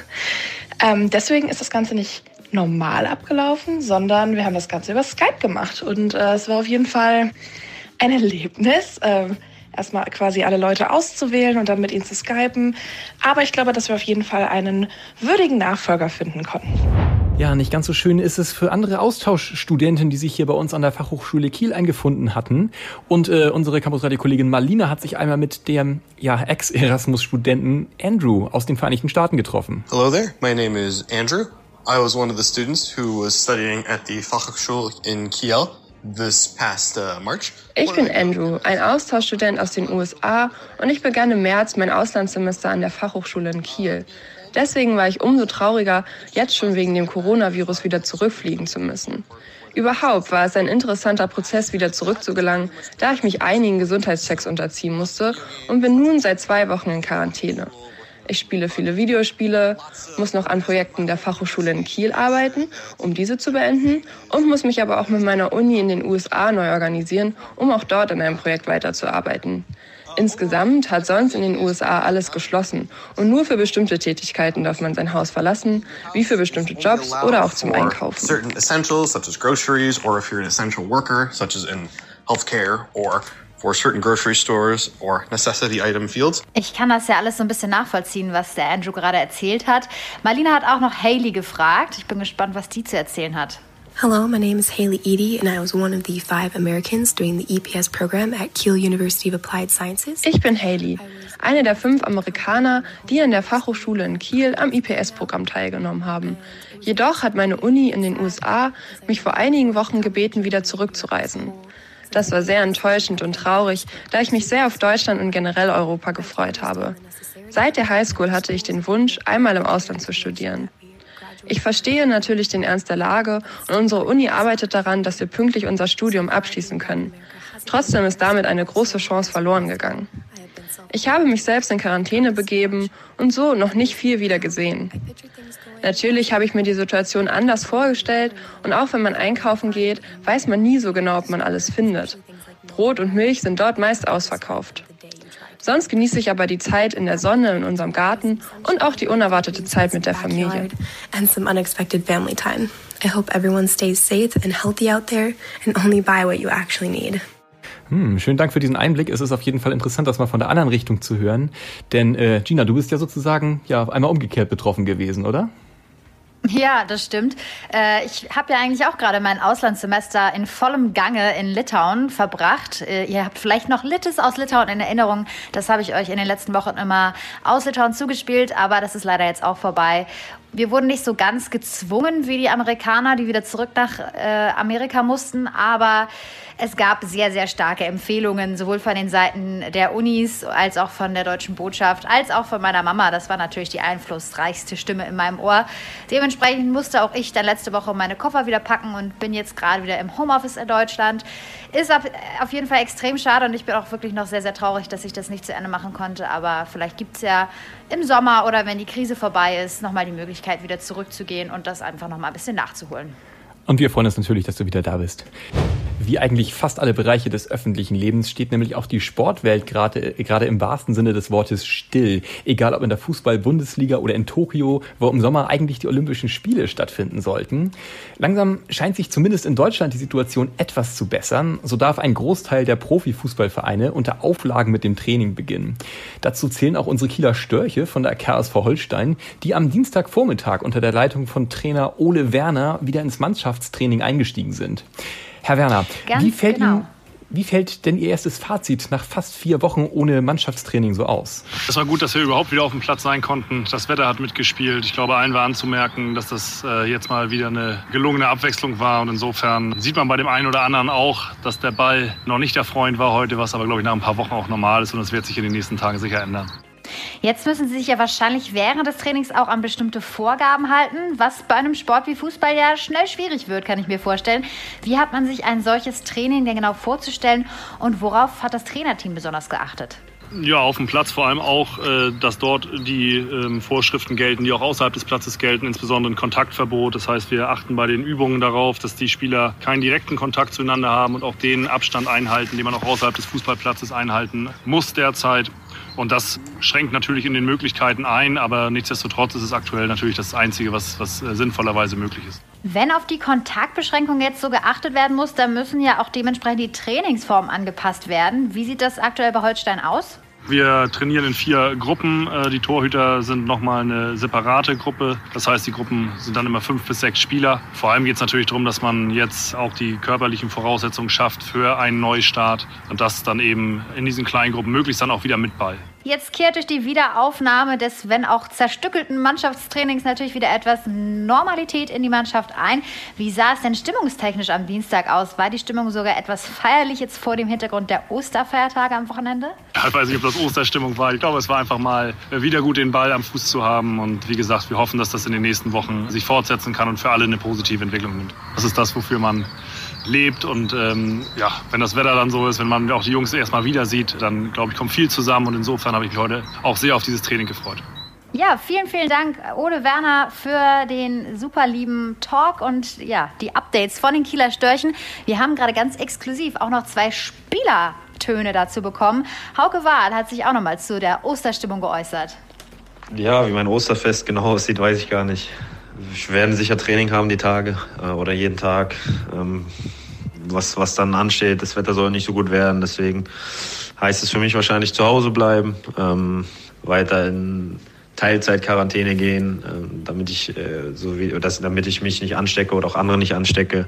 Deswegen ist das Ganze nicht normal abgelaufen, sondern wir haben das Ganze über Skype gemacht. Und es war auf jeden Fall ein Erlebnis, erstmal quasi alle Leute auszuwählen und dann mit ihnen zu skypen. Aber ich glaube, dass wir auf jeden Fall einen würdigen Nachfolger finden konnten. Ja, nicht ganz so schön ist es für andere Austauschstudenten, die sich hier bei uns an der Fachhochschule Kiel eingefunden hatten. Und unsere Campusradio-Kollegin Marlina hat sich einmal mit dem Ex-Erasmus-Studenten Andrew aus den Vereinigten Staaten getroffen. Hello there, my name is Andrew. I was one of the students who was studying at the Fachhochschule in Kiel this past March. Ich bin Andrew, ein Austauschstudent aus den USA und ich begann im März mein Auslandssemester an der Fachhochschule in Kiel. Deswegen war ich umso trauriger, jetzt schon wegen dem Coronavirus wieder zurückfliegen zu müssen. Überhaupt war es ein interessanter Prozess, wieder zurückzugelangen, da ich mich einigen Gesundheitschecks unterziehen musste und bin nun seit 2 Wochen in Quarantäne. Ich spiele viele Videospiele, muss noch an Projekten der Fachhochschule in Kiel arbeiten, um diese zu beenden und muss mich aber auch mit meiner Uni in den USA neu organisieren, um auch dort an einem Projekt weiterzuarbeiten. Insgesamt hat sonst in den USA alles geschlossen und nur für bestimmte Tätigkeiten darf man sein Haus verlassen, wie für bestimmte Jobs oder auch zum Einkaufen. Certain essentials such as groceries or if you're an essential worker such as in healthcare or for certain grocery stores or necessity item fields. Ich kann das ja alles so ein bisschen nachvollziehen, was der Andrew gerade erzählt hat. Marlina hat auch noch Hailey gefragt. Ich bin gespannt, was die zu erzählen hat. Hello, my name is Hailey Edie and I was one of the 5 Americans doing the EPS program at Kiel University of Applied Sciences. Ich bin Hailey, eine der 5 Amerikaner, die an der Fachhochschule in Kiel am EPS-Programm teilgenommen haben. Jedoch hat meine Uni in den USA mich vor einigen Wochen gebeten, wieder zurückzureisen. Das war sehr enttäuschend und traurig, da ich mich sehr auf Deutschland und generell Europa gefreut habe. Seit der Highschool hatte ich den Wunsch, einmal im Ausland zu studieren. Ich verstehe natürlich den Ernst der Lage und unsere Uni arbeitet daran, dass wir pünktlich unser Studium abschließen können. Trotzdem ist damit eine große Chance verloren gegangen. Ich habe mich selbst in Quarantäne begeben und so noch nicht viel wieder gesehen. Natürlich habe ich mir die Situation anders vorgestellt und auch wenn man einkaufen geht, weiß man nie so genau, ob man alles findet. Brot und Milch sind dort meist ausverkauft. Sonst genieße ich aber die Zeit in der Sonne in unserem Garten und auch die unerwartete Zeit mit der Familie. And some unexpected family time. I hope everyone stays safe and healthy out there and only buy what you actually need. Schönen Dank für diesen Einblick. Es ist auf jeden Fall interessant, das mal von der anderen Richtung zu hören. Denn Gina, du bist ja sozusagen einmal umgekehrt betroffen gewesen, oder? Ja, das stimmt. Ich habe ja eigentlich auch gerade mein Auslandssemester in vollem Gange in Litauen verbracht. Ihr habt vielleicht noch Littes aus Litauen in Erinnerung. Das habe ich euch in den letzten Wochen immer aus Litauen zugespielt, aber das ist leider jetzt auch vorbei. Wir wurden nicht so ganz gezwungen wie die Amerikaner, die wieder zurück nach Amerika mussten, aber es gab sehr, sehr starke Empfehlungen, sowohl von den Seiten der Unis als auch von der Deutschen Botschaft, als auch von meiner Mama. Das war natürlich die einflussreichste Stimme in meinem Ohr. Dementsprechend musste auch ich dann letzte Woche meine Koffer wieder packen und bin jetzt gerade wieder im Homeoffice in Deutschland. Ist auf jeden Fall extrem schade und ich bin auch wirklich noch sehr, sehr traurig, dass ich das nicht zu Ende machen konnte. Aber vielleicht gibt es ja im Sommer oder wenn die Krise vorbei ist, nochmal die Möglichkeit, wieder zurückzugehen und das einfach nochmal ein bisschen nachzuholen. Und wir freuen uns natürlich, dass du wieder da bist. Wie eigentlich fast alle Bereiche des öffentlichen Lebens steht nämlich auch die Sportwelt gerade im wahrsten Sinne des Wortes still. Egal ob in der Fußball-Bundesliga oder in Tokio, wo im Sommer eigentlich die Olympischen Spiele stattfinden sollten. Langsam scheint sich zumindest in Deutschland die Situation etwas zu bessern. So darf ein Großteil der Profifußballvereine unter Auflagen mit dem Training beginnen. Dazu zählen auch unsere Kieler Störche von der KSV Holstein, die am Dienstagvormittag unter der Leitung von Trainer Ole Werner wieder ins Mannschaftstraining eingestiegen sind. Herr Werner, wie fällt denn Ihr erstes Fazit nach fast 4 Wochen ohne Mannschaftstraining so aus? Es war gut, dass wir überhaupt wieder auf dem Platz sein konnten. Das Wetter hat mitgespielt. Ich glaube, allen war anzumerken, dass das jetzt mal wieder eine gelungene Abwechslung war. Und insofern sieht man bei dem einen oder anderen auch, dass der Ball noch nicht der Freund war heute, was aber, glaube ich, nach ein paar Wochen auch normal ist. Und das wird sich in den nächsten Tagen sicher ändern. Jetzt müssen Sie sich ja wahrscheinlich während des Trainings auch an bestimmte Vorgaben halten, was bei einem Sport wie Fußball ja schnell schwierig wird, kann ich mir vorstellen. Wie hat man sich ein solches Training denn genau vorzustellen und worauf hat das Trainerteam besonders geachtet? Ja, auf dem Platz vor allem auch, dass dort die Vorschriften gelten, die auch außerhalb des Platzes gelten, insbesondere ein Kontaktverbot. Das heißt, wir achten bei den Übungen darauf, dass die Spieler keinen direkten Kontakt zueinander haben und auch den Abstand einhalten, den man auch außerhalb des Fußballplatzes einhalten muss derzeit. Und das schränkt natürlich in den Möglichkeiten ein, aber nichtsdestotrotz ist es aktuell natürlich das Einzige, was sinnvollerweise möglich ist. Wenn auf die Kontaktbeschränkung jetzt so geachtet werden muss, dann müssen ja auch dementsprechend die Trainingsformen angepasst werden. Wie sieht das aktuell bei Holstein aus? Wir trainieren in 4 Gruppen. Die Torhüter sind nochmal eine separate Gruppe. Das heißt, die Gruppen sind dann immer 5 bis 6 Spieler. Vor allem geht es natürlich darum, dass man jetzt auch die körperlichen Voraussetzungen schafft für einen Neustart und das dann eben in diesen kleinen Gruppen möglichst dann auch wieder mit bei. Jetzt kehrt durch die Wiederaufnahme des, wenn auch zerstückelten Mannschaftstrainings natürlich wieder etwas Normalität in die Mannschaft ein. Wie sah es denn stimmungstechnisch am Dienstag aus? War die Stimmung sogar etwas feierlich jetzt vor dem Hintergrund der Osterfeiertage am Wochenende? Ich weiß nicht, ob das Osterstimmung war. Ich glaube, es war einfach mal wieder gut, den Ball am Fuß zu haben. Und wie gesagt, wir hoffen, dass das in den nächsten Wochen sich fortsetzen kann und für alle eine positive Entwicklung nimmt. Das ist das, wofür man lebt und wenn das Wetter dann so ist, wenn man auch die Jungs erstmal wieder sieht, dann glaube ich, kommt viel zusammen und insofern habe ich mich heute auch sehr auf dieses Training gefreut. Ja, vielen, vielen Dank, Ole Werner, für den super lieben Talk und ja, die Updates von den Kieler Störchen. Wir haben gerade ganz exklusiv auch noch 2 Spielertöne dazu bekommen. Hauke Wahl hat sich auch nochmal zu der Osterstimmung geäußert. Ja, wie mein Osterfest genau aussieht, weiß ich gar nicht. Wir werden sicher Training haben die Tage oder jeden Tag. Was dann ansteht, das Wetter soll nicht so gut werden. Deswegen heißt es für mich wahrscheinlich zu Hause bleiben, weiter in Teilzeit-Quarantäne gehen, damit ich mich nicht anstecke oder auch andere nicht anstecke.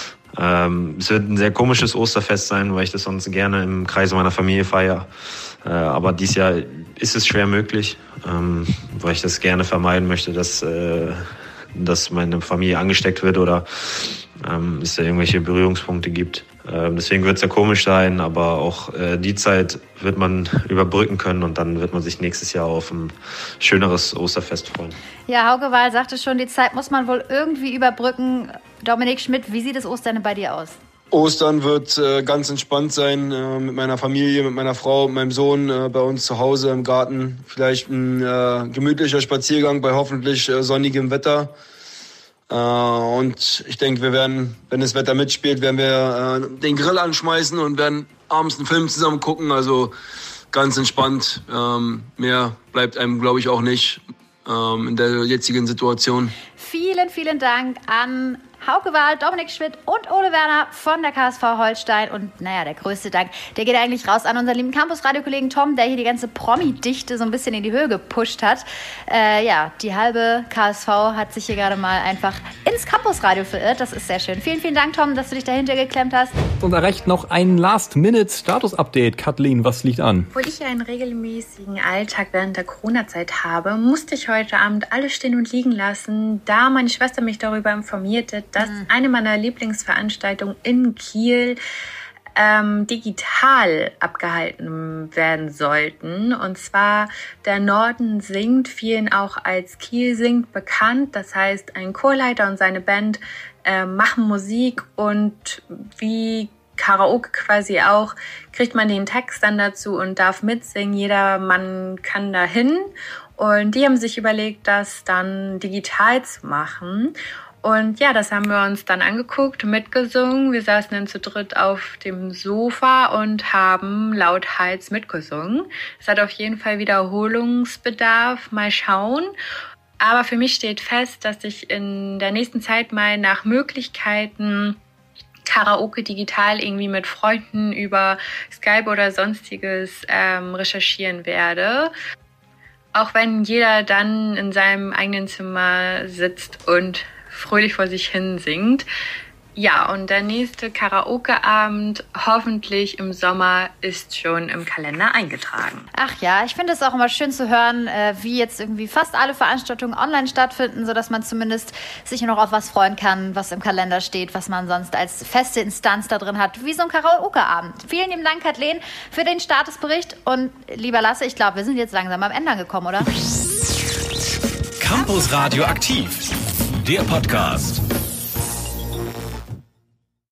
Es wird ein sehr komisches Osterfest sein, weil ich das sonst gerne im Kreise meiner Familie feiere. Aber dieses Jahr ist es schwer möglich, weil ich das gerne vermeiden möchte, dass meine Familie angesteckt wird oder es da irgendwelche Berührungspunkte gibt. Deswegen wird es ja komisch sein, aber auch die Zeit wird man überbrücken können und dann wird man sich nächstes Jahr auf ein schöneres Osterfest freuen. Ja, Hauke Wahl sagte schon, die Zeit muss man wohl irgendwie überbrücken. Dominik Schmidt, wie sieht das Ostern bei dir aus? Ostern wird ganz entspannt sein mit meiner Familie, mit meiner Frau, mit meinem Sohn bei uns zu Hause im Garten. Vielleicht ein gemütlicher Spaziergang bei hoffentlich sonnigem Wetter. Und ich denke, wir werden, wenn das Wetter mitspielt, werden wir den Grill anschmeißen und werden abends einen Film zusammen gucken. Also ganz entspannt. Mehr bleibt einem, glaube ich, auch nicht in der jetzigen Situation. Vielen, vielen Dank an Hauke Wahl, Dominik Schmidt und Ole Werner von der KSV Holstein. Und der größte Dank, der geht eigentlich raus an unseren lieben Campus-Radio-Kollegen Tom, der hier die ganze Promi-Dichte so ein bisschen in die Höhe gepusht hat. Die halbe KSV hat sich hier gerade mal einfach ins Campus-Radio verirrt. Das ist sehr schön. Vielen, vielen Dank, Tom, dass du dich dahinter geklemmt hast. Und erreicht noch ein Last-Minute-Status-Update. Kathleen, was liegt an? Obwohl ich einen regelmäßigen Alltag während der Corona-Zeit habe, musste ich heute Abend alles stehen und liegen lassen, da meine Schwester mich darüber informierte, dass eine meiner Lieblingsveranstaltungen in Kiel digital abgehalten werden sollten. Und zwar der Norden singt, vielen auch als Kiel singt bekannt. Das heißt, ein Chorleiter und seine Band machen Musik und wie Karaoke quasi auch, kriegt man den Text dann dazu und darf mitsingen. Jedermann kann da hin. Und die haben sich überlegt, das dann digital zu machen. Und ja, das haben wir uns dann angeguckt, mitgesungen. Wir saßen dann zu dritt auf dem Sofa und haben lauthals mitgesungen. Es hat auf jeden Fall Wiederholungsbedarf. Mal schauen. Aber für mich steht fest, dass ich in der nächsten Zeit mal nach Möglichkeiten Karaoke digital irgendwie mit Freunden über Skype oder sonstiges recherchieren werde. Auch wenn jeder dann in seinem eigenen Zimmer sitzt und fröhlich vor sich hin singt. Ja, und der nächste Karaoke-Abend, hoffentlich im Sommer, ist schon im Kalender eingetragen. Ach ja, ich finde es auch immer schön zu hören, wie jetzt irgendwie fast alle Veranstaltungen online stattfinden, sodass man zumindest sich noch auf was freuen kann, was im Kalender steht, was man sonst als feste Instanz da drin hat, wie so ein Karaoke-Abend. Vielen lieben Dank, Kathleen, für den Statusbericht. Und lieber Lasse, ich glaube, wir sind jetzt langsam am Ende angekommen, oder? Campus Radio aktiv, der Podcast.